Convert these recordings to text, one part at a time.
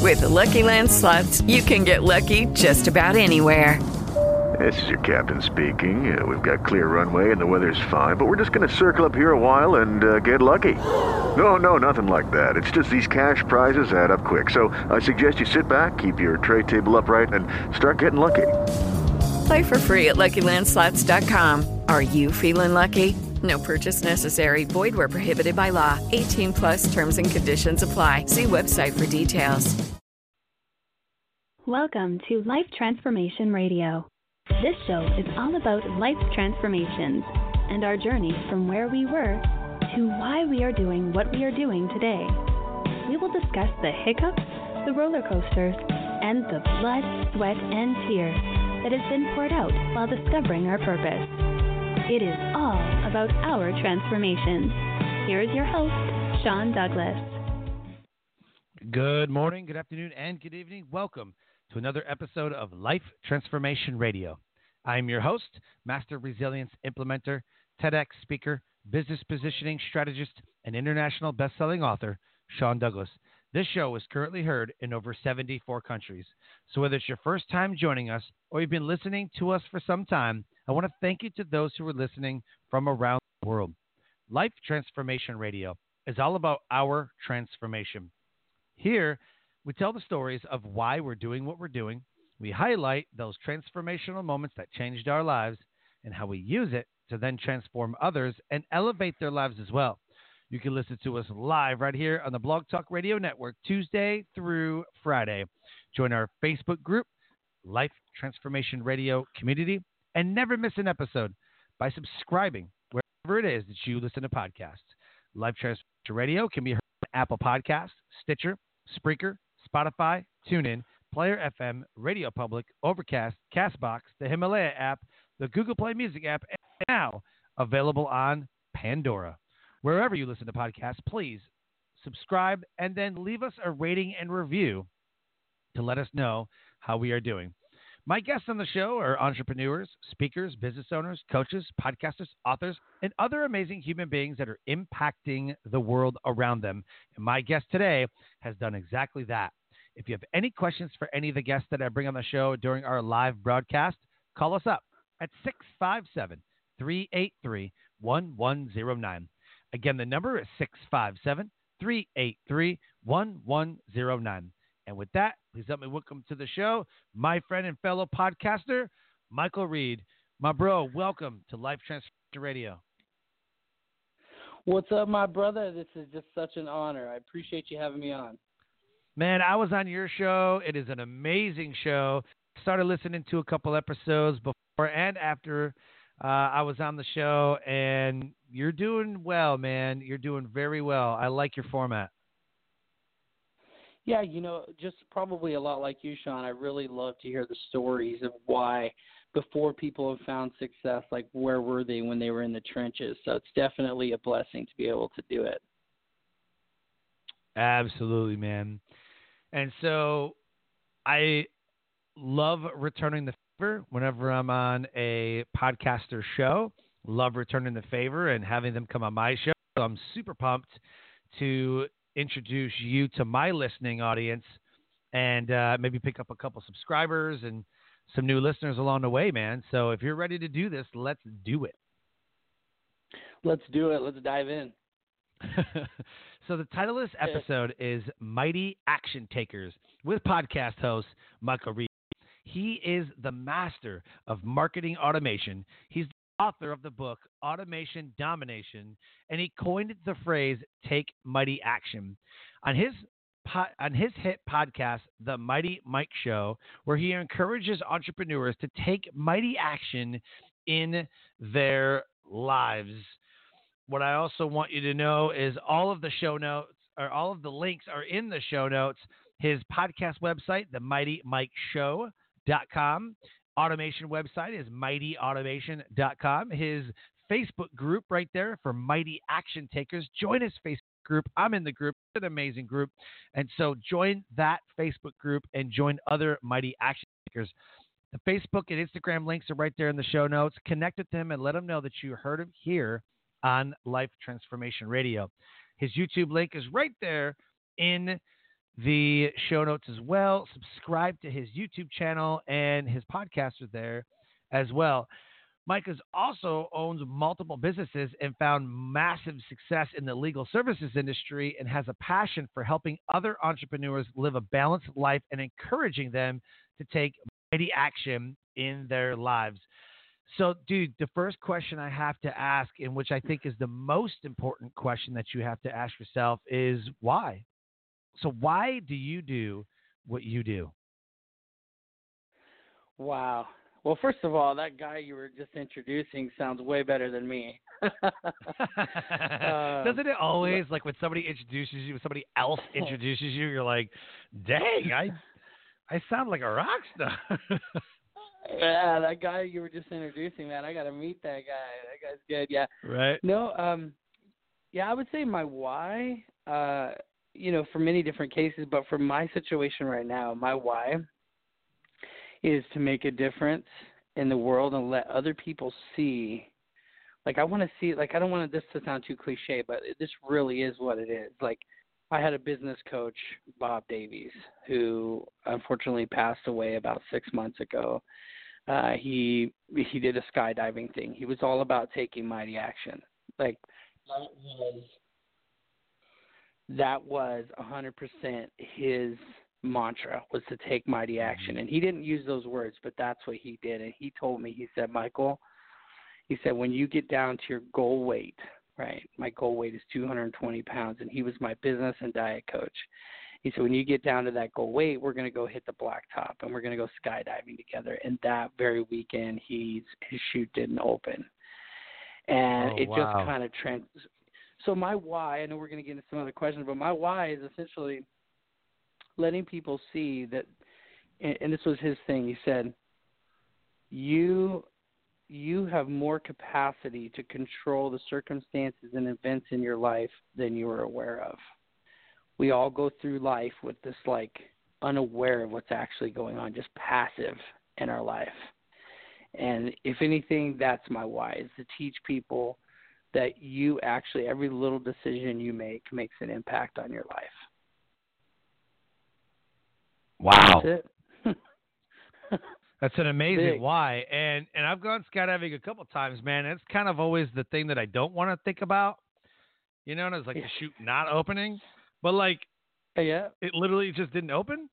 With the Lucky Land Slots, you can get lucky just about anywhere. This is your captain speaking. We've got clear runway and the weather's fine, but we're just going to circle up here a while and get lucky. No, nothing like that. It's just these cash prizes add up quick. So I suggest you sit back, keep your tray table upright, and start getting lucky. Play for free at LuckyLandSlots.com. Are you feeling lucky? No purchase necessary. Void where prohibited by law. 18 plus terms and conditions apply. See website for details. Welcome to Life Transformation Radio. This show is all about life transformations and our journey from where we were to why we are doing what we are doing today. We will discuss the hiccups, the roller coasters, and the blood, sweat, and tears that has been poured out while discovering our purpose. It is all about our transformations. Here is your host, Sean Douglas. Good morning, good afternoon, and good evening. Welcome to another episode of Life Transformation Radio. I'm your host, Master Resilience Implementer, TEDx speaker, business positioning strategist, and international best-selling author, Sean Douglas. This show is currently heard in over 74 countries. So whether it's your first time joining us or you've been listening to us for some time, I want to thank you to those who are listening from around the world. Life Transformation Radio is all about our transformation. Here, we tell the stories of why we're doing what we're doing. We highlight those transformational moments that changed our lives and how we use it to then transform others and elevate their lives as well. You can listen to us live right here on the Blog Talk Radio Network, Tuesday through Friday. Join our Facebook group, Life Transformation Radio Community, and never miss an episode by subscribing wherever it is that you listen to podcasts. Life Transformation Radio can be heard on Apple Podcasts, Stitcher, Spreaker, Spotify, TuneIn, Player FM, Radio Public, Overcast, CastBox, the Himalaya app, the Google Play Music app, and now available on Pandora. Wherever you listen to podcasts, please subscribe and then leave us a rating and review to let us know how we are doing. My guests on the show are entrepreneurs, speakers, business owners, coaches, podcasters, authors, and other amazing human beings that are impacting the world around them. And my guest today has done exactly that. If you have any questions for any of the guests that I bring on the show during our live broadcast, call us up at 657-383-1109. Again, the number is 657-383-1109. And with that, please help me welcome to the show my friend and fellow podcaster, Michael Reed. My bro, welcome to Life Transformation Radio. What's up, my brother? This is just such an honor. I appreciate you having me on. Man, I was on your show. It is an amazing show. Started listening to a couple episodes before and after I was on the show, and you're doing well, man. You're doing very well. I like your format. Yeah, just probably a lot like you, Sean. I really love to hear the stories of why before people have found success, like where were they when they were in the trenches. So it's definitely a blessing to be able to do it. Absolutely, man. And so I love returning the favor whenever I'm on a podcaster show. Love returning the favor and having them come on my show. So I'm super pumped to introduce you to my listening audience and maybe pick up a couple subscribers and some new listeners along the way, man. So if you're ready to do this, let's do it. Let's do it. Let's dive in. So the title of this episode is Mighty Action Takers with podcast host Michael Reed. He is the master of marketing automation. He's the author of the book Automation Domination, and he coined the phrase "Take Mighty Action" on his hit podcast, The Mighty Mike Show, where he encourages entrepreneurs to take mighty action in their lives. What I also want you to know is all of the show notes, or all of the links are in the show notes. His podcast website, themightymikeshow.com. Automation website is mightyautomation.com. His Facebook group right there for Mighty Action Takers. Join his Facebook group. I'm in the group. It's an amazing group. And so join that Facebook group and join other Mighty Action Takers. The Facebook and Instagram links are right there in the show notes. Connect with him and let him know that you heard him here on Life Transformation Radio. His YouTube link is right there in the show notes as well. Subscribe to his YouTube channel, and his podcast is there as well. Mike has also owned multiple businesses and found massive success in the legal services industry, and has a passion for helping other entrepreneurs live a balanced life and encouraging them to take mighty action in their lives. So, dude, the first question I have to ask, and which I think is the most important question that you have to ask yourself, is why? So why do you do what you do? Wow. Well, first of all, that guy you were just introducing sounds way better than me. Doesn't it always, like when somebody introduces you, when somebody else introduces you, you're like, dang, I sound like a rock star. Yeah, that guy you were just introducing, man, I got to meet that guy. That guy's good, yeah. Right. No, yeah, I would say my why, for many different cases, but for my situation right now, my why is to make a difference in the world and let other people see. Like, I want to see, like, I don't want this to sound too cliche, but this really is what it is. Like, I had a business coach, Bob Davies, who unfortunately passed away about 6 months ago. He did a skydiving thing. He was all about taking mighty action. Like, that was 100% his mantra, was to take mighty action. And he didn't use those words, but that's what he did. And he told me, he said, Michael, he said, when you get down to your goal weight, right, my goal weight is 220 pounds, and he was my business and diet coach. He said, when you get down to that goal weight, we're going to go hit the blacktop, and we're going to go skydiving together. And that very weekend, his chute didn't open. And just kind of So my why, I know we're going to get into some other questions, but my why is essentially letting people see that, and this was his thing, he said, you have more capacity to control the circumstances and events in your life than you are aware of. We all go through life with this, like, unaware of what's actually going on, just passive in our life. And if anything, that's my why, is to teach people that you actually, every little decision you make makes an impact on your life. Wow. That's it. That's an amazing Big. why. And I've gone skydiving a couple times, man. And it's kind of always the thing that I don't want to think about. You know, and it's like the chute not opening. But, like, yeah, it literally just didn't open?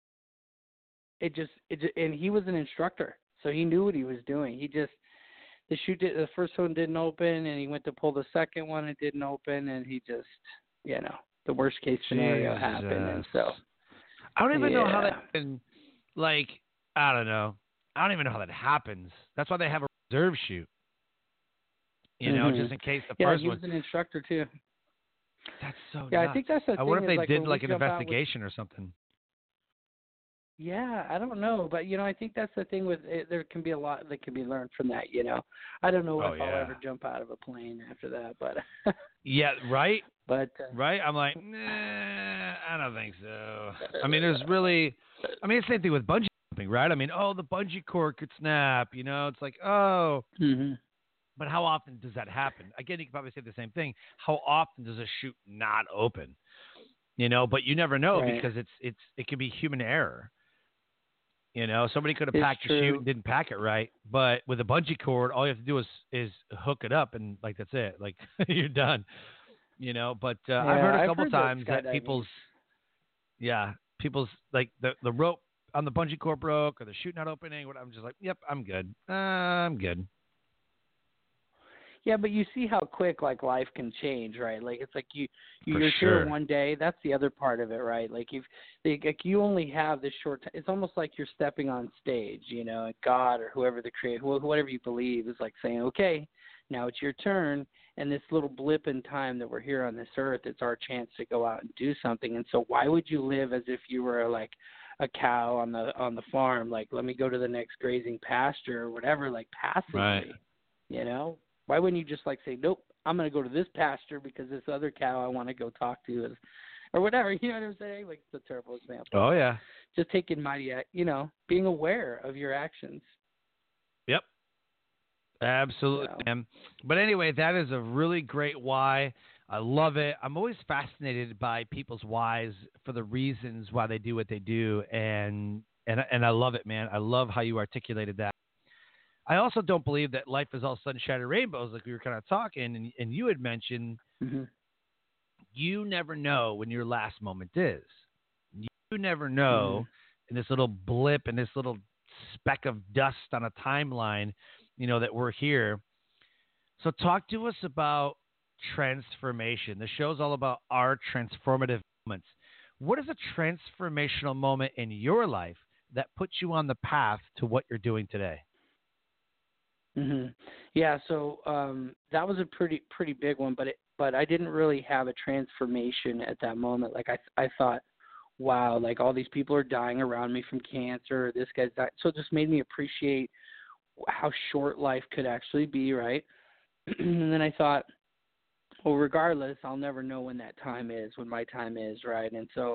And he was an instructor, so he knew what he was doing. The first one didn't open, and he went to pull the second one, it didn't open, and he just, the worst case scenario happened. And so I don't even know how that happened. Like, I don't know. I don't even know how that happens. That's why they have a reserve chute. You know, just in case the first one. Yeah, he was an instructor too. That's so nuts. Yeah, I think that's the thing. I wonder if they did like an investigation or something. Yeah, I don't know, but I think that's the thing with it. There can be a lot that can be learned from that. I don't know if I'll ever jump out of a plane after that, but yeah, right. But right, I'm like, nah, I don't think so. I mean, it's the same thing with bungee jumping, right? I mean, the bungee cord could snap. It's like, Mm-hmm. But how often does that happen? Again, you could probably say the same thing. How often does a chute not open? But you never know because it could be human error. Somebody could have packed your chute and didn't pack it right. But with a bungee cord, all you have to do is hook it up, and like that's it. Like you're done. But I've heard a couple times that people's like the rope on the bungee cord broke or the chute not opening. I'm just like, yep, I'm good. I'm good. Yeah, but you see how quick, like, life can change, right? Like, it's like you're sure. here one day. That's the other part of it, right? Like, you only have this short time. It's almost like you're stepping on stage, and God or whoever the creator, whatever you believe, is like saying, okay, now it's your turn. And this little blip in time that we're here on this earth, it's our chance to go out and do something. And so why would you live as if you were, like, a cow on the farm? Like, let me go to the next grazing pasture or whatever, like, passively, right. Why wouldn't you just, like, say, nope, I'm going to go to this pasture because this other cow I want to go talk to is, or whatever, you know what I'm saying? Like, it's a terrible example. Oh, yeah. Just taking mighty, being aware of your actions. Yep. Absolutely, man. But anyway, that is a really great why. I love it. I'm always fascinated by people's whys for the reasons why they do what they do, and I love it, man. I love how you articulated that. I also don't believe that life is all sunshine and rainbows, like we were kind of talking, and you had mentioned you never know when your last moment is. You never know in this little blip, in this little speck of dust on a timeline, that we're here. So talk to us about transformation. The show's all about our transformative moments. What is a transformational moment in your life that puts you on the path to what you're doing today? Yeah, so that was a pretty big one, but I didn't really have a transformation at that moment. Like I thought, wow, like all these people are dying around me from cancer. This guy's dying. So it just made me appreciate how short life could actually be, right? And then I thought, well, regardless, I'll never know when that time is, when my time is, right? And so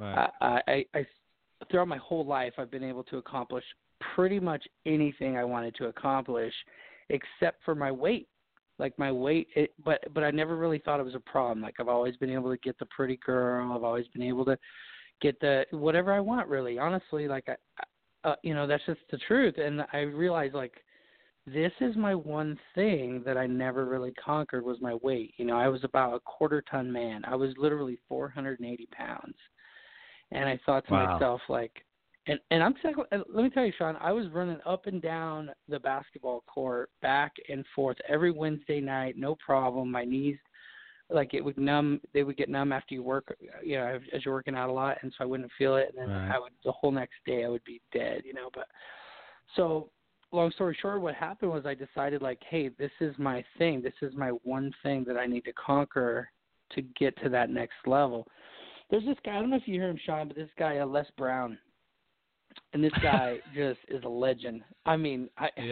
I throughout my whole life, I've been able to accomplish pretty much anything I wanted to accomplish, except for my weight. Like my weight, but I never really thought it was a problem. Like I've always been able to get the pretty girl. I've always been able to get the whatever I want, really. Honestly, like that's just the truth. And I realized, like, this is my one thing that I never really conquered was my weight. I was about a quarter-ton man. I was literally 480 pounds. And I thought to myself, like, and let me tell you, Sean, I was running up and down the basketball court, back and forth every Wednesday night, no problem. My knees, like, they would get numb after you work, as you're working out a lot, and so I wouldn't feel it. And then the whole next day I would be dead, But so, long story short, what happened was I decided, like, hey, this is my thing. This is my one thing that I need to conquer to get to that next level. There's this guy, I don't know if you hear him, Sean, but this guy, Les Brown. And this guy just is a legend. I mean,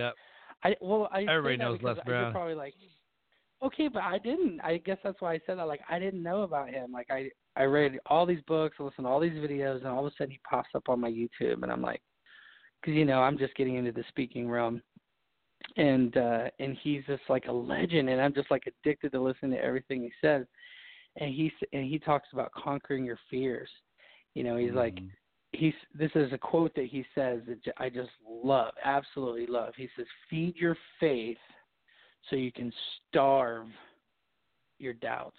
everybody knows Les Brown. You're probably like, okay, but I didn't. I guess that's why I said that. Like, I didn't know about him. Like, I read all these books, I listened to all these videos, and all of a sudden he pops up on my YouTube, and I'm like, because I'm just getting into the speaking realm, and he's just like a legend, and I'm just like addicted to listening to everything he says, and he talks about conquering your fears. He's like. This is a quote that he says that I just love, absolutely love. He says, "Feed your faith so you can starve your doubts."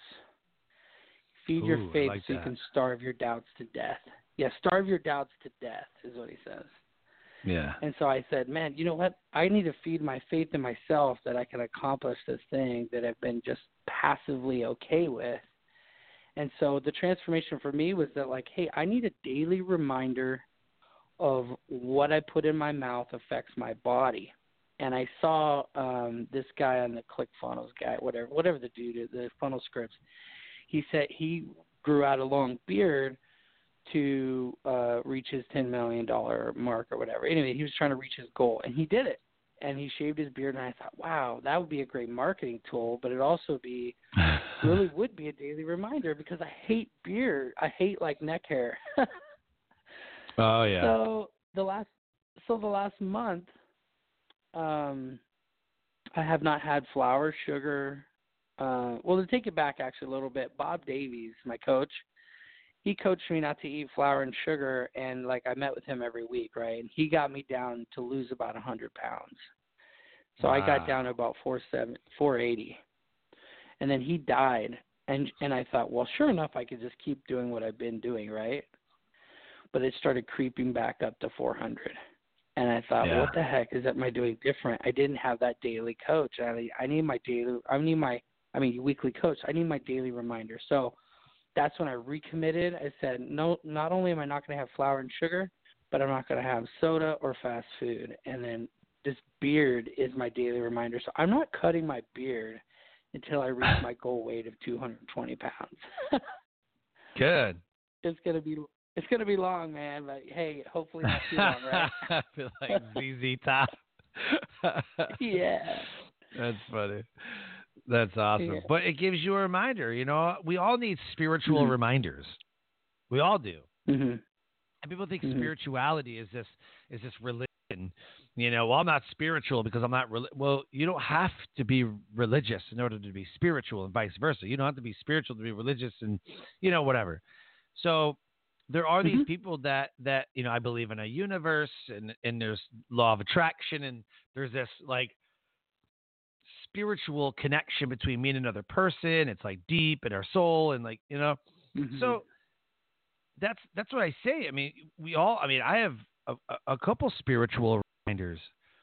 Feed your faith so you can starve your doubts to death. Yeah, starve your doubts to death is what he says. Yeah. And so I said, man, you know what? I need to feed my faith in myself that I can accomplish this thing that I've been just passively okay with. And so the transformation for me was that, like, hey, I need a daily reminder of what I put in my mouth affects my body. And I saw this guy on the ClickFunnels guy, whatever the dude, the funnel scripts. He said he grew out a long beard to reach his $10 million mark or whatever. Anyway, he was trying to reach his goal, and he did it. And he shaved his beard, and I thought, wow, that would be a great marketing tool, but it also really would be a daily reminder because I hate beard. I hate, like, neck hair. Oh, yeah. So the last month, I have not had flour, sugar. Well, to take it back actually a little bit, Bob Davies, my coach, he coached me not to eat flour and sugar, and, like, I met with him every week, right? And he got me down to lose about 100 pounds. So I got down to about 480. And then he died, and I thought, well, sure enough, I could just keep doing what I've been doing, right? But it started creeping back up to 400. And I thought, what the heck am I doing different? I didn't have that daily coach. I need my weekly coach. I need my daily reminder. So that's when I recommitted. I said, no, not only am I not going to have flour and sugar, but I'm not going to have soda or fast food. And then this beard is my daily reminder. So I'm not cutting my beard until I reach my goal weight of 220 pounds. Good. It's gonna be long, man. But hey, hopefully not too long, right? I feel like ZZ Top. Yeah. That's funny. That's awesome. Yeah. But it gives you a reminder. We all need spiritual reminders. We all do. Mm-hmm. And people think spirituality is this religion, Well, I'm not spiritual because I'm not well, you don't have to be religious in order to be spiritual and vice versa. You don't have to be spiritual to be religious and, whatever. So there are these people that, I believe in a universe and there's law of attraction and there's this like spiritual connection between me and another person. It's like deep in our soul and like, so that's what I say. I mean, I have a couple spiritual reminders,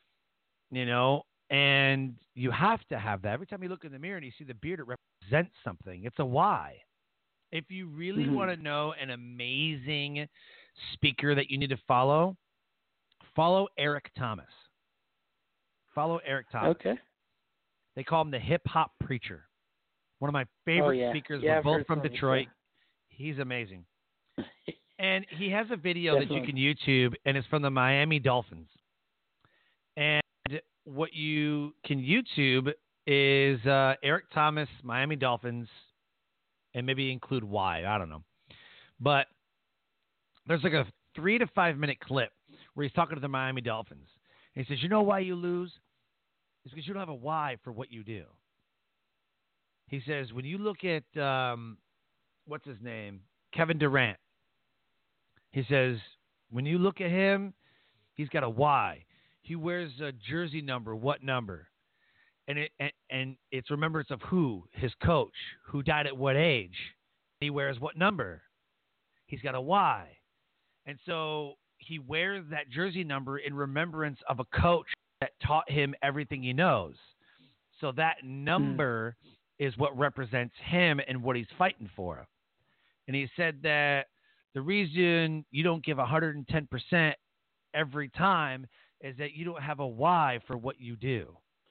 and you have to have that. Every time you look in the mirror and you see the beard, it represents something. It's a why. If you really want to know an amazing speaker that you need to follow Eric Thomas. Follow Eric Thomas. Okay. They call him the hip hop preacher. One of my favorite speakers. We're both from Detroit. He's amazing. And he has a video that you can YouTube, and it's from the Miami Dolphins. And what you can YouTube is Eric Thomas, Miami Dolphins, and maybe include why. I don't know. But there's like a 3 to 5 minute clip where he's talking to the Miami Dolphins. And he says, you know why you lose? It's because you don't have a why for what you do. He says, when you look at, what's his name? Kevin Durant. He says, when you look at him, he's got a why. He wears a jersey number, what number? And it's remembrance of who? His coach. Who died at what age? He wears what number? He's got a why. And so he wears that jersey number in remembrance of a coach that taught him everything he knows. So that number is what represents him and what he's fighting for. And he said that the reason you don't give 110% every time is that you don't have a why for what you do.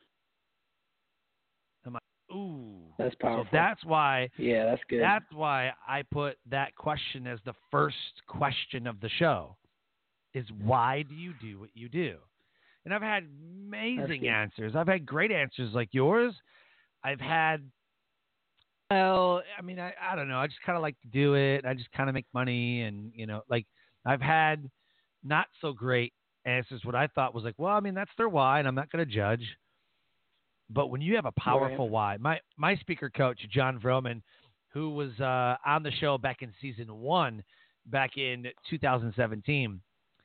I'm like, ooh. That's powerful. So that's why. Yeah, that's good. That's why I put that question as the first question of the show is why do you do what you do? And I've had amazing answers. I've had great answers like yours. I've had, well, I mean, I don't know. I just kind of like to do it. I just kind of make money. And, like I've had not so great answers. What I thought was like, well, I mean, that's their why, and I'm not going to judge. But when you have a powerful why, my speaker coach, John Vroman, who was on the show back in season 1, back in 2017,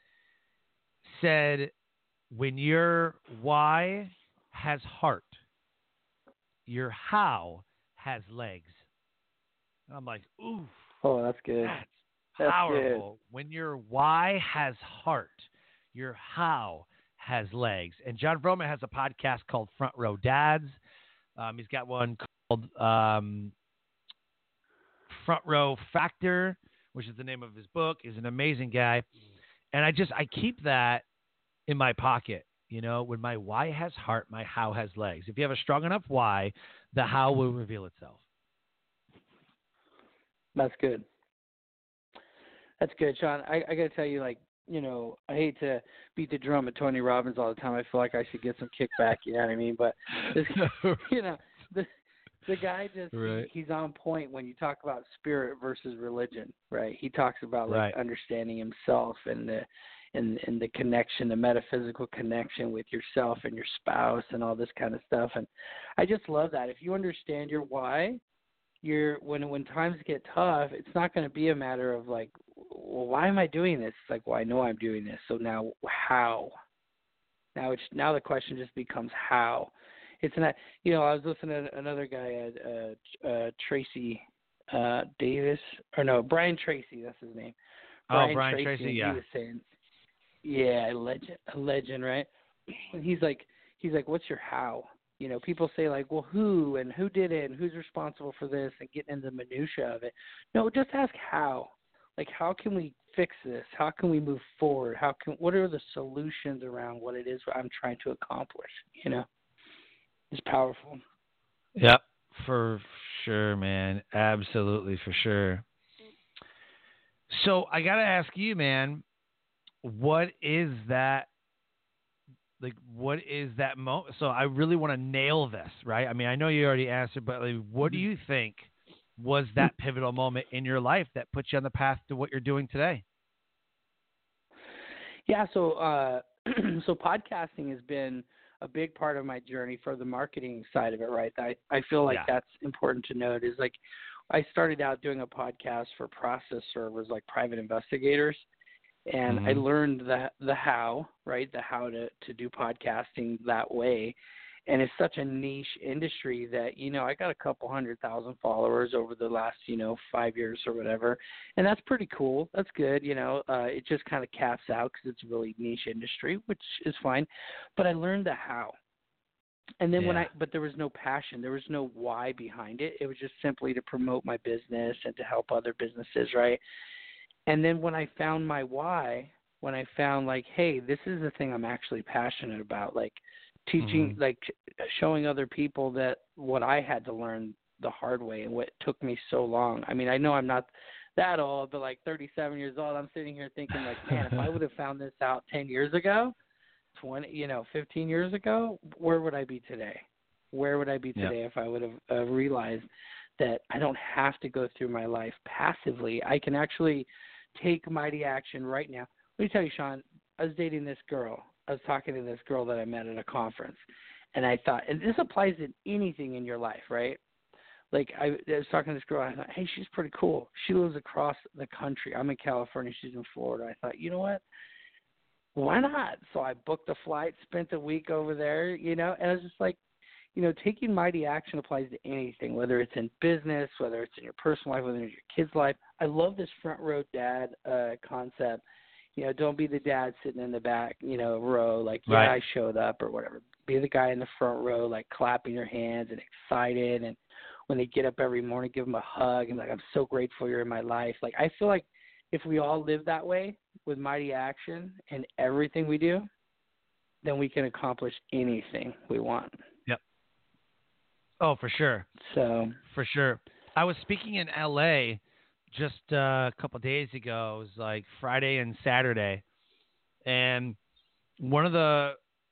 said, when your why has heart, your how has legs. And I'm like, ooh. Oh, that's good. That's powerful. Good. When your why has heart, your how has legs. And John Vroman has a podcast called Front Row Dads. He's got one called Front Row Factor, which is the name of his book. He's an amazing guy. And I keep that in my pocket. When my why has heart, my how has legs. If you have a strong enough why, the how will reveal itself. That's good. That's good, Sean. I got to tell you, like, I hate to beat the drum at Tony Robbins all the time. I feel like I should get some kickback, you know what I mean? But, the guy just, he's on point when you talk about spirit versus religion, right? He talks about, like, understanding himself and the connection, the metaphysical connection with yourself and your spouse and all this kind of stuff. And I just love that. If you understand your why, when times get tough, it's not going to be a matter of like, well, why am I doing this? It's like, well, I know I'm doing this. So now how? Now the question just becomes how. It's not, I was listening to another guy, Tracy Davis, or no, Brian Tracy, that's his name. Brian Tracy, yeah. He was saying, yeah, a legend, right? And he's like, what's your how? People say like, well, who and who did it and who's responsible for this and getting into the minutia of it. No, just ask how. Like, how can we fix this? How can we move forward? What are the solutions around what it is I'm trying to accomplish? It's powerful. Yep, for sure, man. Absolutely, for sure. So I got to ask you, man, what is that? Like, what is that moment? So I really want to nail this, right? I mean, I know you already answered, but like, what do you think was that pivotal moment in your life that put you on the path to what you're doing today? Yeah, so So podcasting has been a big part of my journey for the marketing side of it, right? I feel like that's important to note is like I started out doing a podcast for process servers like private investigators. And I learned the how, right? The how to do podcasting that way. And it's such a niche industry that, I got a couple 100,000 followers over the last, 5 years or whatever. And that's pretty cool. That's good. It just kind of caps out because it's a really niche industry, which is fine. But I learned the how. And then but there was no passion. There was no why behind it. It was just simply to promote my business and to help other businesses, right? And then when I found my why, when I found like, hey, this is the thing I'm actually passionate about, like teaching, like showing other people that what I had to learn the hard way and what took me so long. I mean, I know I'm not that old, but like 37 years old, I'm sitting here thinking like, man, if I would have found this out 10 years ago, 15 years ago, where would I be today? Where would I be today if I would have realized that I don't have to go through my life passively? I can actually take mighty action right now. Let me tell you, Sean, I was dating this girl. I was talking to this girl that I met at a conference. And I thought, and this applies to anything in your life, right? Like I was talking to this girl. I thought, hey, she's pretty cool. She lives across the country. I'm in California. She's in Florida. I thought, you know what? Why not? So I booked a flight, spent a week over there, and I was just like, taking mighty action applies to anything, whether it's in business, whether it's in your personal life, whether it's your kid's life. I love this front row dad concept. Don't be the dad sitting in the back, row, like, I showed up or whatever. Be the guy in the front row, like clapping your hands and excited. And when they get up every morning, give them a hug and like, I'm so grateful you're in my life. Like, I feel like if we all live that way with mighty action in everything we do, then we can accomplish anything we want. Oh, for sure. So for sure. I was speaking in LA just a couple of days ago. It was like Friday and Saturday. And one of the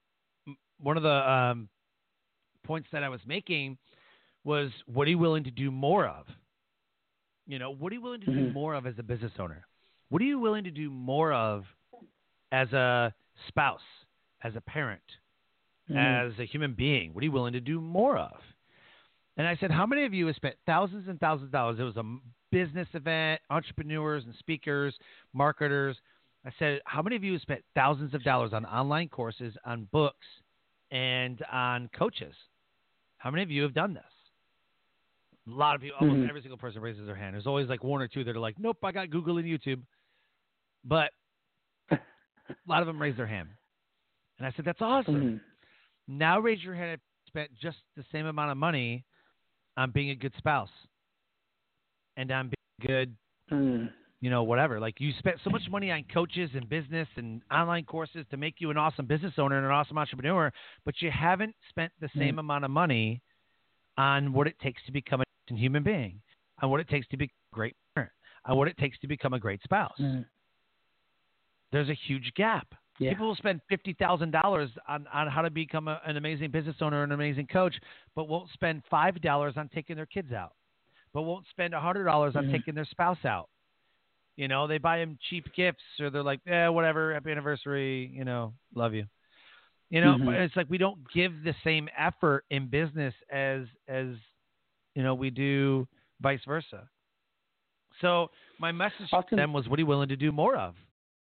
points that I was making was, what are you willing to do more of? What are you willing to do more of as a business owner? What are you willing to do more of as a spouse, as a parent, as a human being? What are you willing to do more of? And I said, how many of you have spent thousands and thousands of dollars? It was a business event, entrepreneurs and speakers, marketers. I said, how many of you have spent thousands of dollars on online courses, on books, and on coaches? How many of you have done this? A lot of people, almost every single person raises their hand. There's always like one or two that are like, nope, I got Google and YouTube. But a lot of them raise their hand. And I said, that's awesome. Now raise your hand if you spent just the same amount of money on being a good spouse and on being good, whatever. Like, you spent so much money on coaches and business and online courses to make you an awesome business owner and an awesome entrepreneur, but you haven't spent the same amount of money on what it takes to become a human being, on what it takes to be a great parent, on what it takes to become a great spouse. There's a huge gap. Yeah. People will spend $50,000 on how to become an amazing business owner and an amazing coach, but won't spend $5 on taking their kids out, but won't spend $100 on taking their spouse out. They buy them cheap gifts, or they're like, whatever, happy anniversary, love you. But it's like we don't give the same effort in business as we do vice versa. So my message to them was, what are you willing to do more of?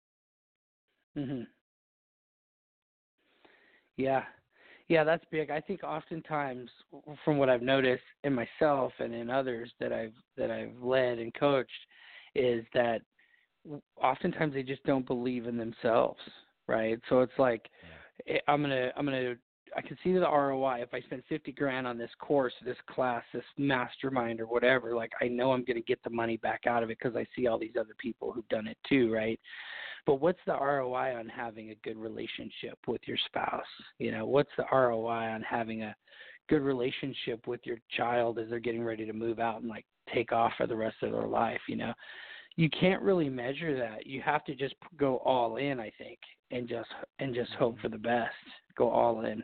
Yeah, that's big. I think oftentimes, from what I've noticed in myself and in others that I've led and coached, is that oftentimes they just don't believe in themselves, right? So it's like, I can see the ROI. If I spend $50,000 on this course, this class, this mastermind or whatever, like, I know I'm going to get the money back out of it because I see all these other people who've done it too, right? But what's the ROI on having a good relationship with your spouse? What's the ROI on having a good relationship with your child as they're getting ready to move out and like take off for the rest of their life? You can't really measure that. You have to just go all in, I think, and just hope for the best. Go all in.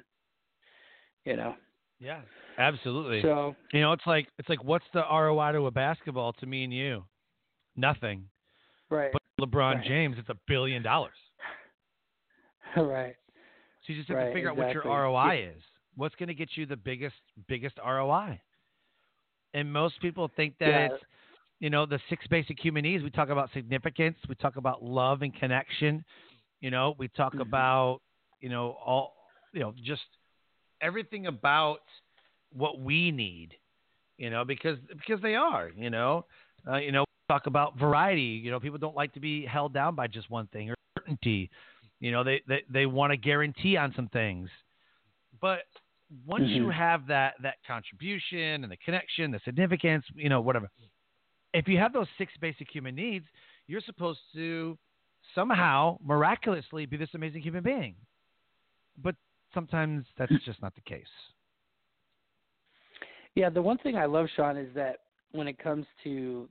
Yeah, absolutely. So it's like what's the ROI to a basketball to me and you? Nothing. Right. But LeBron James, it's $1 billion. Right. So you just have to Right. figure out what your Exactly. ROI is. What's going to get you the biggest ROI? And most people think that Yeah. it's, the 6 basic human needs. We talk about significance. We talk about love and connection. We talk Mhm. about, all, just everything about what we need, because they are, we talk about variety. People don't like to be held down by just one thing or certainty. They want a guarantee on some things. But once you Mhm. have that contribution and the connection, the significance, whatever, if you have those 6 basic human needs, you're supposed to somehow miraculously be this amazing human being. But sometimes that's just not the case. Yeah, the one thing I love, Sean, is that when it comes to,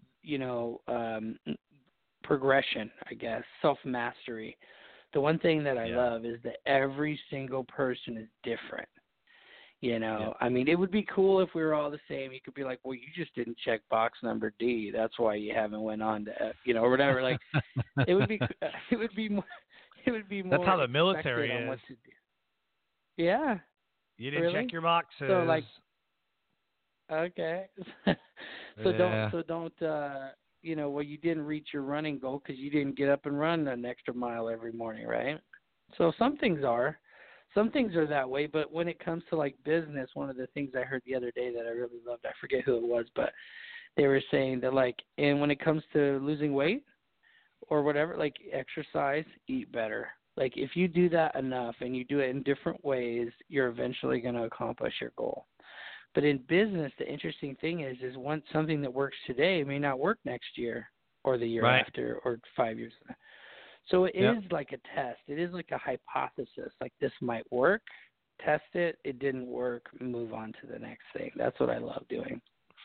progression, I guess, self-mastery, the one thing that I Yeah. love is that every single person is different. Yeah. I mean, it would be cool if we were all the same. You could be like, well, you just didn't check box number D. That's why you haven't went on to, or whatever. Like, it would be, it would be more, it would be more. That's how the military on is. what to do. Yeah. You didn't Really? check your boxes. So like, okay. So Yeah. don't well, you didn't reach your running goal because you didn't get up and run an extra mile every morning, right? So some things are that way, but when it comes to like business, one of the things I heard the other day that I really loved, I forget who it was, but they were saying that like, and when it comes to losing weight or whatever, like exercise, eat better. Like if you do that enough and you do it in different ways, you're eventually going to accomplish your goal. But in business, the interesting thing is once something that works today may not work next year or the year Right. after or 5 years. So it Yep. is like a test. It is like a hypothesis. Like this might work, test it. It didn't work, move on to the next thing. That's what I love doing.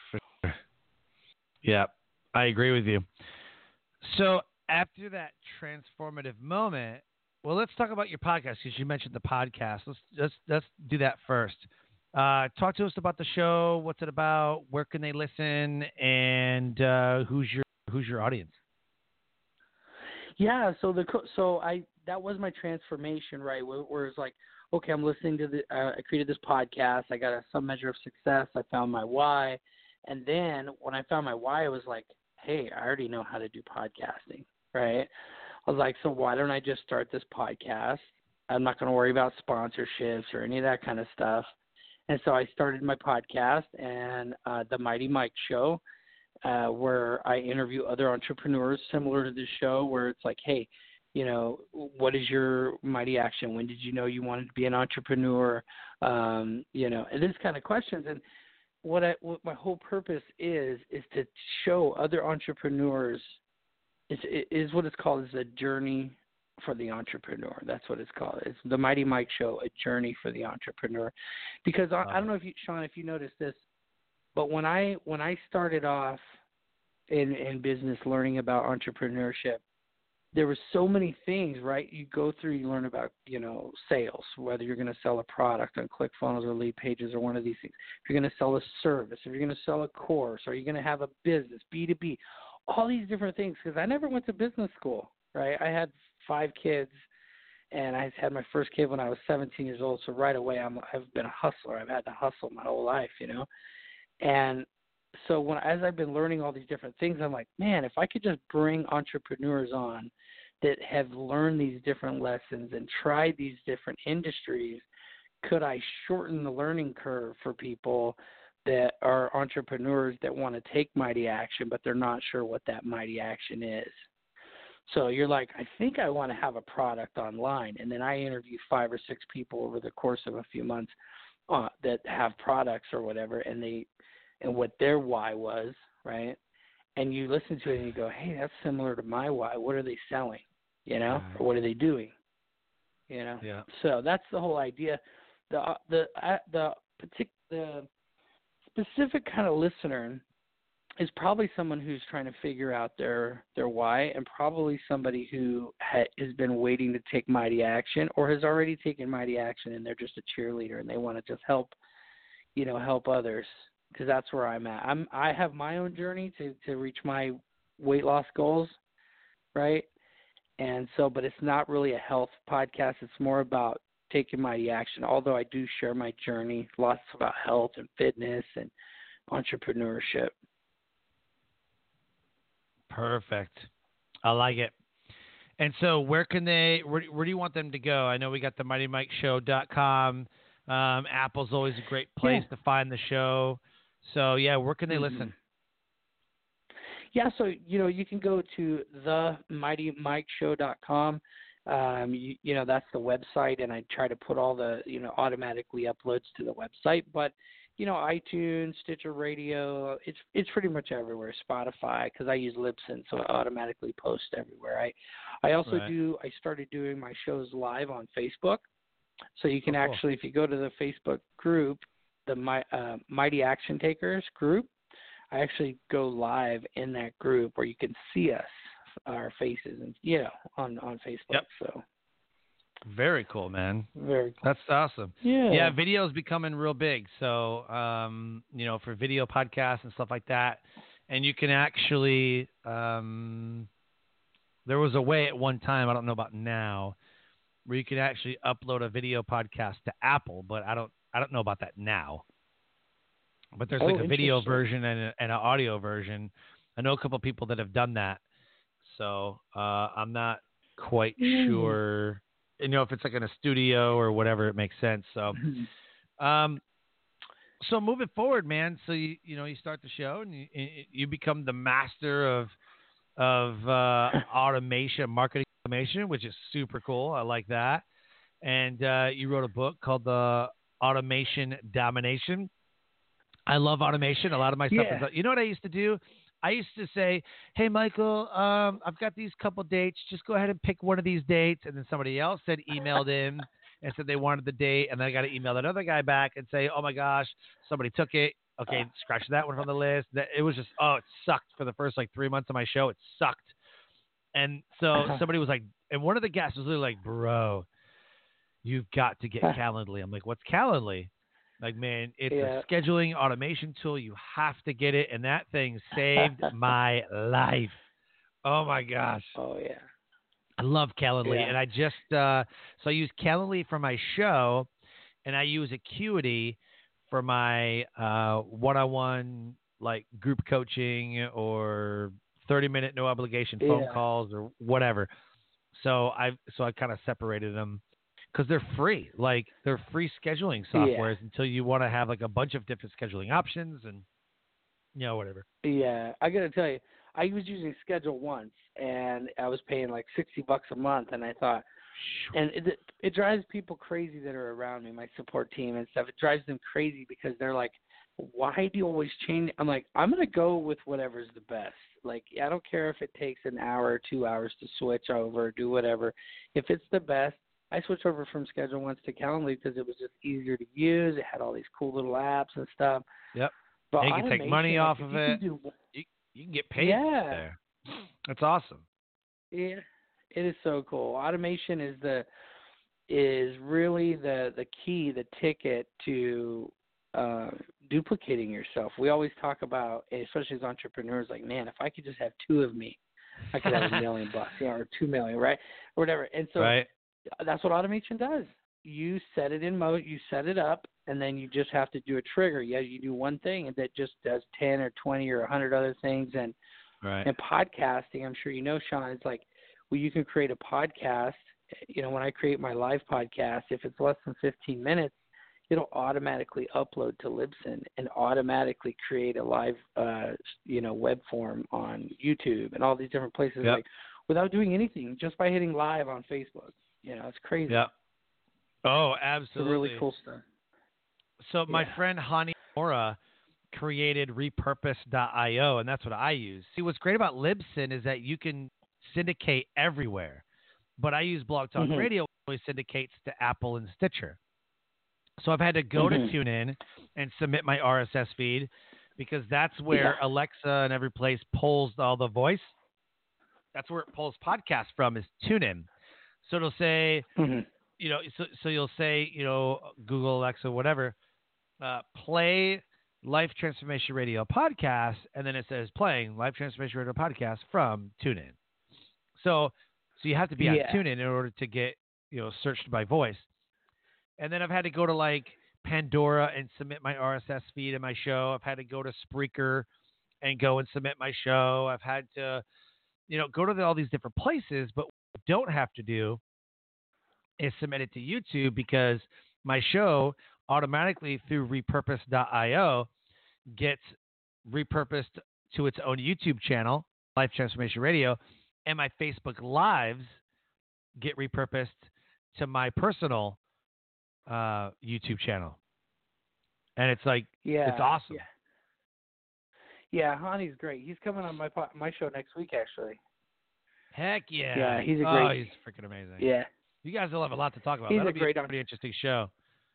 Yeah, I agree with you. So after that transformative moment, well, let's talk about your podcast because you mentioned the podcast. Let's do that first. Talk to us about the show. What's it about? Where can they listen? And who's your audience? Yeah. That was my transformation, right? Where it's like, okay, I'm listening to I created this podcast. I got some measure of success. I found my why, and then when I found my why, I was like, hey, I already know how to do podcasting, right? I was like, so why don't I just start this podcast? I'm not going to worry about sponsorships or any of that kind of stuff. And so I started my podcast and the Mighty Mike Show, where I interview other entrepreneurs similar to this show, where it's like, hey, what is your mighty action? When did you know you wanted to be an entrepreneur? And this kind of questions. And what my whole purpose is to show other entrepreneurs is what it's called, is a journey for the entrepreneur. That's what it's called. It's the Mighty Mike Show, a journey for the entrepreneur. Because I don't know if you, Sean, if you noticed this, but when I started off in business, learning about entrepreneurship, there were so many things, right? You go through, you learn about, sales, whether you're going to sell a product on ClickFunnels or Lead Pages or one of these things. If you're going to sell a service, if you're going to sell a course, or you're going to have a business, B2B, all these different things. Because I never went to business school, right? I had 5 kids, and I had my first kid when I was 17 years old. So right away, I've been a hustler. I've had to hustle my whole life, And so as I've been learning all these different things, I'm like, man, if I could just bring entrepreneurs on that have learned these different lessons and tried these different industries, could I shorten the learning curve for people that are entrepreneurs that want to take mighty action, but they're not sure what that mighty action is? So you're like, I think I want to have a product online. And then I interview 5 or 6 people over the course of a few months that have products or whatever, and what their why was, right? And you listen to it and you go, hey, that's similar to my why. What are they selling, or what are they doing, Yeah. So that's the whole idea. The specific kind of listener is probably someone who's trying to figure out their why, and probably somebody who has been waiting to take mighty action or has already taken mighty action, and they're just a cheerleader and they want to just help others, because that's where I'm at. I have my own journey to reach my weight loss goals, right? And so, but it's not really a health podcast. It's more about taking mighty action, although I do share my journey, lots about health and fitness and entrepreneurship. Perfect. I like it. And so where do you want them to go? I know we got the MightyMikeShow.com. Apple's always a great place to find the show. So, yeah, where can they listen? Yeah, so, you can go to themightymikeshow.com. That's the website, and I try to put all the, automatically uploads to the website. But, iTunes, Stitcher Radio, it's pretty much everywhere. Spotify, because I use Libsyn, so it automatically posts everywhere. I also I started doing my shows live on Facebook. So you can actually, if you go to the Facebook group, the Mighty Action Takers group, I actually go live in that group where you can see us, our faces, and on Facebook. Yep. So very cool, man. Very cool. That's awesome. Yeah, video is becoming real big. So for video podcasts and stuff like that, and you can actually there was a way at one time, I don't know about now, where you could actually upload a video podcast to Apple, but I don't know about that now. But there's like a video version and an audio version. I know a couple of people that have done that. So I'm not quite sure, if it's like in a studio or whatever, it makes sense. So, so moving forward, man. So you start the show and you become the master of automation, marketing automation, which is super cool. I like that. And you wrote a book called The Automation Domination. I love automation. A lot of my stuff is, you know what I used to do? I used to say, hey, Michael, I've got these couple dates. Just go ahead and pick one of these dates. And then somebody else emailed in and said they wanted the date. And then I got to email that other guy back and say, oh, my gosh, somebody took it. Okay, scratch that one from the list. It was just, it sucked for the first 3 months of my show. It sucked. And so somebody was like, and one of the guests was literally like, bro, you've got to get Calendly. I'm like, what's Calendly? Like, man, it's a scheduling automation tool. You have to get it. And that thing saved my life. Oh, my gosh. Oh, yeah. I love Calendly. Yeah. And I just, so I use Calendly for my show, and I use Acuity for my one-on-one, group coaching or 30-minute no obligation phone calls or whatever. So I kind of separated them. Because they're free. They're free scheduling softwares until you want to have a bunch of different scheduling options and, whatever. Yeah, I got to tell you, I was using Schedule once, and I was paying $60 a month, and I thought, and it drives people crazy that are around me, my support team and stuff. It drives them crazy because they're like, why do you always change? I'm like, I'm going to go with whatever's the best. I don't care if it takes an hour or 2 hours to switch over, do whatever. If it's the best, I switched over from Schedule once to Calendly because it was just easier to use. It had all these cool little apps and stuff. Yep. But you can take money off of it. You can get paid there. That's awesome. Yeah, it is so cool. Automation is really the key, the ticket to duplicating yourself. We always talk about, especially as entrepreneurs, man, if I could just have two of me, I could have $1 million bucks, or 2 million, right, or whatever. And so. Right. That's what automation does. You set it in mode, you set it up, and then you just have to do a trigger. Yeah, you do one thing, and that just does 10 or 20 or 100 other things. And and podcasting, I'm sure you know, Sean, it's you can create a podcast. When I create my live podcast, if it's less than 15 minutes, it'll automatically upload to Libsyn and automatically create a live, web form on YouTube and all these different places, without doing anything, just by hitting live on Facebook. It's crazy. Yeah. Oh, absolutely. It's really cool stuff. So my friend Hani Mora created repurpose.io, and that's what I use. See, what's great about Libsyn is that you can syndicate everywhere. But I use Blog Talk Radio, which syndicates to Apple and Stitcher. So I've had to go to TuneIn and submit my RSS feed because that's where Alexa and every place pulls all the voice. That's where it pulls podcasts from, is TuneIn. So it'll say, so you'll say, Google, Alexa, whatever, play Life Transformation Radio podcast, and then it says playing Life Transformation Radio podcast from TuneIn. So So you have to be on Yeah. TuneIn in order to get, searched by voice. And then I've had to go to like Pandora and submit my RSS feed in my show. I've had to go to Spreaker and go and submit my show. I've had to, go to all these different places. But what I don't have to do is submit it to YouTube, because my show automatically through repurpose.io gets repurposed to its own YouTube channel, Life Transformation Radio, and my Facebook Lives get repurposed to my personal YouTube channel. And it's like, it's awesome. Yeah, Hani's great. He's coming on my show next week, actually. Heck yeah. Yeah, he's a great. Oh, he's freaking amazing. Yeah. You guys will have a lot to talk about. He's That'll a great be a pretty interesting show.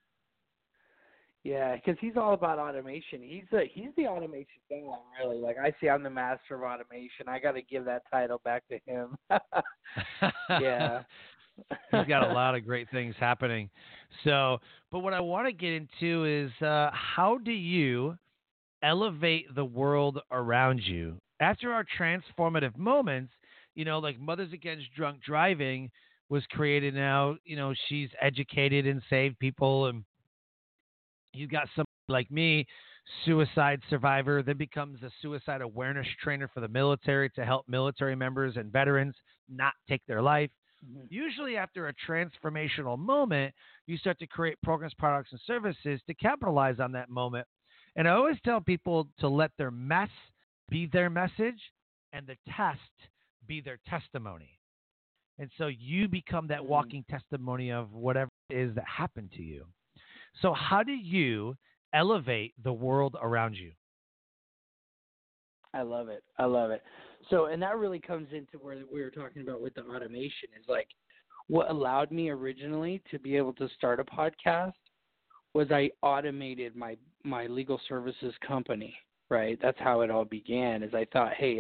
Yeah, because he's all about automation. He's the automation guy, really. Like, I say I'm the master of automation. I got to give that title back to him. Yeah. He's got a lot of great things happening. So, but what I want to get into is how do you elevate the world around you? After our transformative moments, like Mothers Against Drunk Driving was created now, she's educated and saved people. And you got somebody like me, suicide survivor, that becomes a suicide awareness trainer for the military to help military members and veterans not take their life. Mm-hmm. Usually after a transformational moment, you start to create programs, products, and services to capitalize on that moment. And I always tell people to let their mess be their message and the test be their testimony. And so you become that walking testimony of whatever it is that happened to you. So how do you elevate the world around you? I love it. So, and that really comes into where we were talking about with the automation, is like what allowed me originally to be able to start a podcast was I automated my legal services company, right? That's how it all began, is I thought, hey,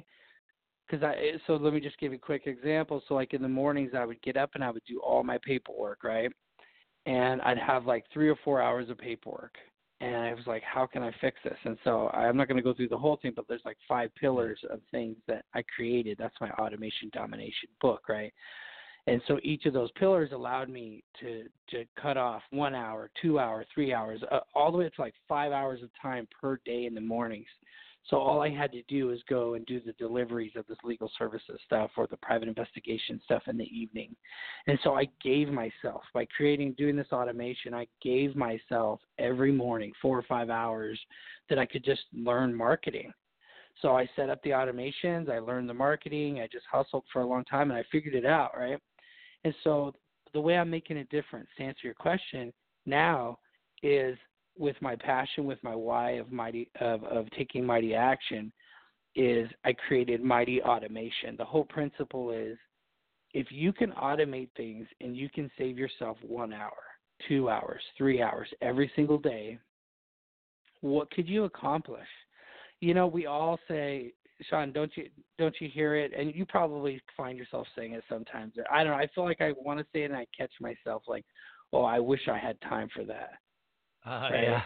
so let me just give you a quick example. So like in the mornings I would get up and I would do all my paperwork, right? And I'd have like 3 or 4 hours of paperwork. And I was like, how can I fix this? And so I'm not going to go through the whole thing, but there's like 5 pillars of things that I created. That's my automation domination book, right? And so each of those pillars allowed me to cut off 1 hour, 2 hours, 3 hours, all the way up to like 5 hours of time per day in the mornings. So all I had to do is go and do the deliveries of this legal services stuff or the private investigation stuff in the evening. And so I gave myself, by doing this automation, I gave myself every morning 4 or 5 hours that I could just learn marketing. So I set up the automations, I learned the marketing, I just hustled for a long time, and I figured it out, right? And so the way I'm making a difference, to answer your question now, is with my passion, with my why of taking mighty action, is I created Mighty Automation. The whole principle is, if you can automate things and you can save yourself 1 hour, 2 hours, 3 hours every single day, what could you accomplish? We all say, Sean, don't you hear it? And you probably find yourself saying it sometimes. I don't know. I feel like I want to say it and I catch myself like, oh, I wish I had time for that. Right?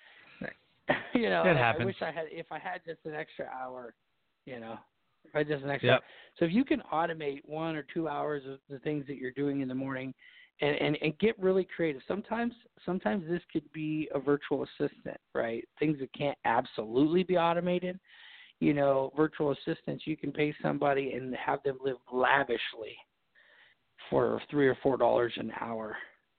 Yeah. It happens. I wish if I had just an extra hour, if I had just an extra hour. So if you can automate 1 or 2 hours of the things that you're doing in the morning and get really creative. Sometimes this could be a virtual assistant, right? Things that can't absolutely be automated. Virtual assistants, you can pay somebody and have them live lavishly for $3 or $4 an hour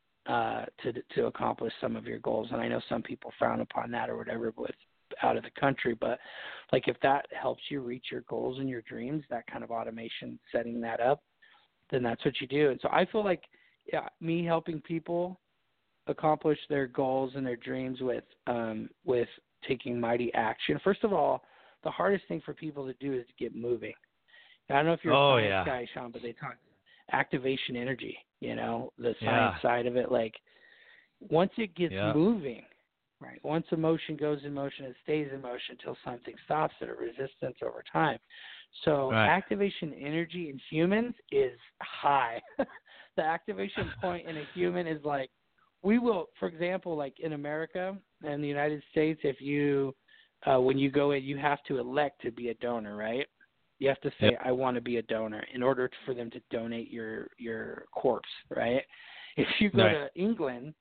to accomplish some of your goals. And I know some people frown upon that or whatever with out of the country, but like if that helps you reach your goals and your dreams, that kind of automation, setting that up, then that's what you do. And so I feel like me helping people accomplish their goals and their dreams with taking mighty action. First of all, the hardest thing for people to do is to get moving. I don't know if you're a science guy, Sean, but they talk activation energy, the science side of it. Like once it gets moving, right? Once a motion goes in motion, it stays in motion until something stops it, a resistance over time. So activation energy in humans is high. The activation point in a human is like, we will, for example, like in America and the United States, if you, when you go in, you have to elect to be a donor, right? You have to say, I want to be a donor in order for them to donate your corpse, right? If you go to England,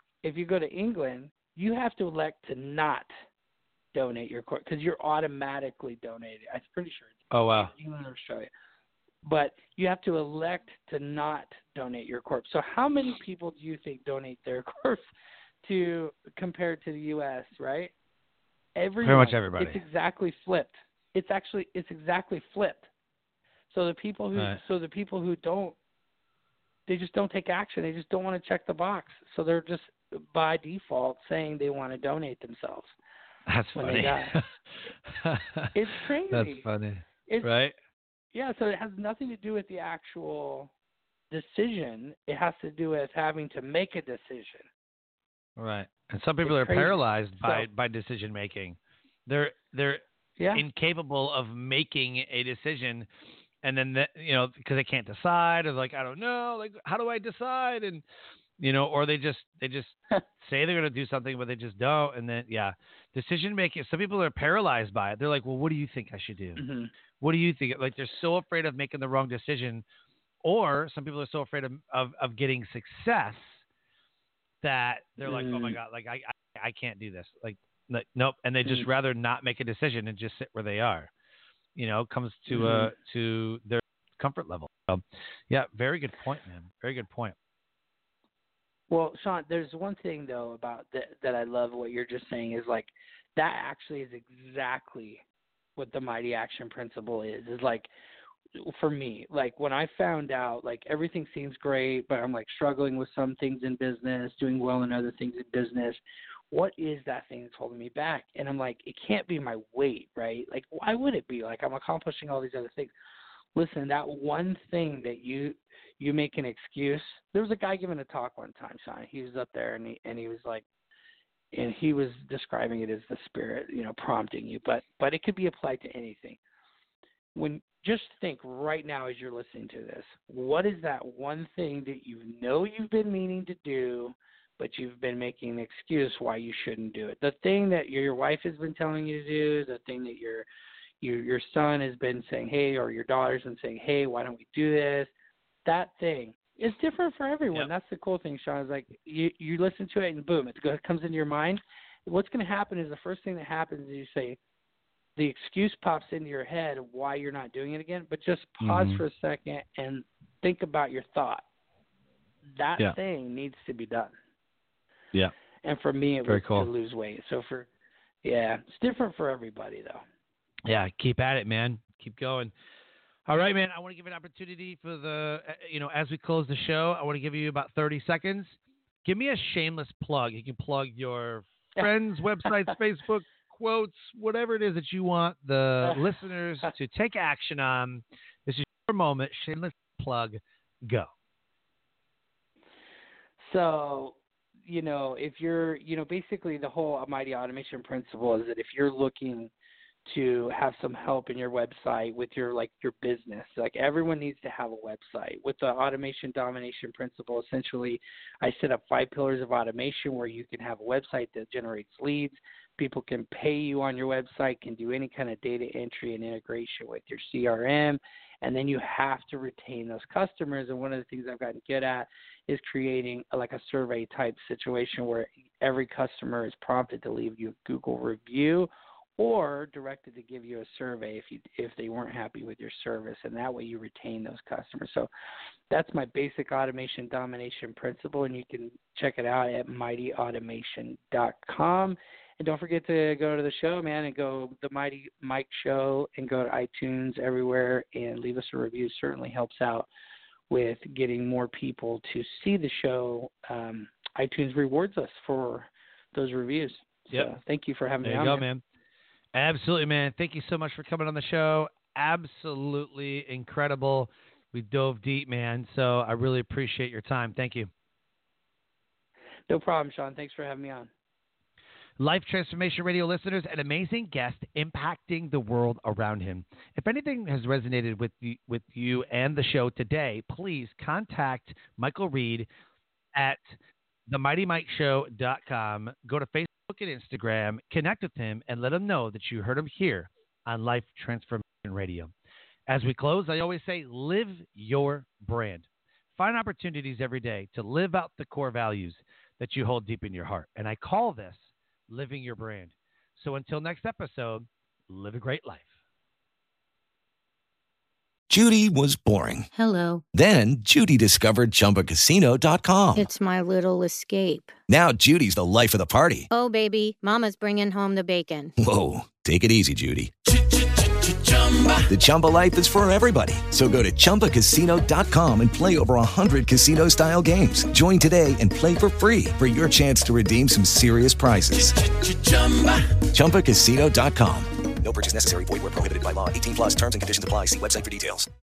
you have to elect to not donate your corpse because you're automatically donated. I'm pretty sure it's England or Australia. But you have to elect to not donate your corpse. So how many people do you think donate their corpse compared to the U.S., right? Everyone. Pretty much everybody. It's exactly flipped. It's exactly flipped. So the people who don't, they just don't take action. They just don't want to check the box. So they're just by default saying they want to donate themselves. That's when funny. They die. It's crazy. That's funny. Right? Yeah, so it has nothing to do with the actual decision. It has to do with having to make a decision. Right. And some people are paralyzed by decision making. They're incapable of making a decision, and then because they can't decide, or like, I don't know, like, how do I decide? And or they just say they're going to do something, but they just don't. And then decision making. Some people are paralyzed by it. They're like, well, what do you think I should do? Mm-hmm. What do you think? Like, they're so afraid of making the wrong decision, or some people are so afraid of getting success that they're like, oh my God, like I can't do this. Like nope. And they just rather not make a decision and just sit where they are. Comes to to their comfort level. So, very good point, man. Very good point. Well, Sean, there's one thing though about that I love what you're just saying is like that actually is exactly what the Mighty Action Principle is like. For me, like when I found out, like everything seems great, but I'm like struggling with some things in business, doing well in other things in business. What is that thing that's holding me back? And I'm like, it can't be my weight, right? Like, why would it be? Like, I'm accomplishing all these other things. Listen, that one thing that you make an excuse. There was a guy giving a talk one time, Sean. He was up there and he was like, and he was describing it as the spirit, prompting you, but it could be applied to anything. Just think right now as you're listening to this, what is that one thing that you've been meaning to do, but you've been making an excuse why you shouldn't do it? The thing that your wife has been telling you to do, the thing that your son has been saying, hey, or your daughter's been saying, hey, why don't we do this? That thing is different for everyone. Yep. That's the cool thing, Sean, is like you listen to it and boom, it comes into your mind. What's going to happen is the first thing that happens is you say, the excuse pops into your head of why you're not doing it again, but just pause for a second and think about your thought. That thing needs to be done. Yeah. And for me, it was to lose weight. So it's different for everybody though. Yeah. Keep at it, man. Keep going. All right, man. I want to give an opportunity for as we close the show, I want to give you about 30 seconds. Give me a shameless plug. You can plug your friends' websites, Facebook, quotes, whatever it is that you want the listeners to take action on. This is your moment. Shameless plug. Go. So, if you're, basically the whole Mighty Automation Principle is that if you're looking to have some help in your website with your business, like everyone needs to have a website. With the Automation Domination Principle, essentially, I set up 5 pillars of automation where you can have a website that generates leads. People can pay you on your website, can do any kind of data entry and integration with your CRM, and then you have to retain those customers. And one of the things I've gotten good at is creating a survey type situation where every customer is prompted to leave you a Google review or directed to give you a survey if they weren't happy with your service, and that way you retain those customers. So that's my basic automation domination principle, and you can check it out at mightyautomation.com. And don't forget to go to the show, man, and go the Mighty Mike Show and go to iTunes everywhere and leave us a review. Certainly helps out with getting more people to see the show. iTunes rewards us for those reviews. Yep. So thank you for having me on. There you go, man. Absolutely, man. Thank you so much for coming on the show. Absolutely incredible. We dove deep, man. So I really appreciate your time. Thank you. No problem, Sean. Thanks for having me on. Life Transformation Radio listeners, an amazing guest impacting the world around him. If anything has resonated with you and the show today, please contact Michael Reed at themightymikeshow.com. Go to Facebook and Instagram, connect with him, and let him know that you heard him here on Life Transformation Radio. As we close, I always say, live your brand. Find opportunities every day to live out the core values that you hold deep in your heart. And I call this living your brand. So until next episode, live a great life. Judy was boring. Hello. Then Judy discovered ChumbaCasino.com. It's my little escape. Now Judy's the life of the party. Oh, baby, mama's bringing home the bacon. Whoa, take it easy, Judy. The Chumba life is for everybody. So go to ChumbaCasino.com and play over 100 casino-style games. Join today and play for free for your chance to redeem some serious prizes. ChumbaCasino.com. No purchase necessary. Void where prohibited by law. 18+ terms and conditions apply. See website for details.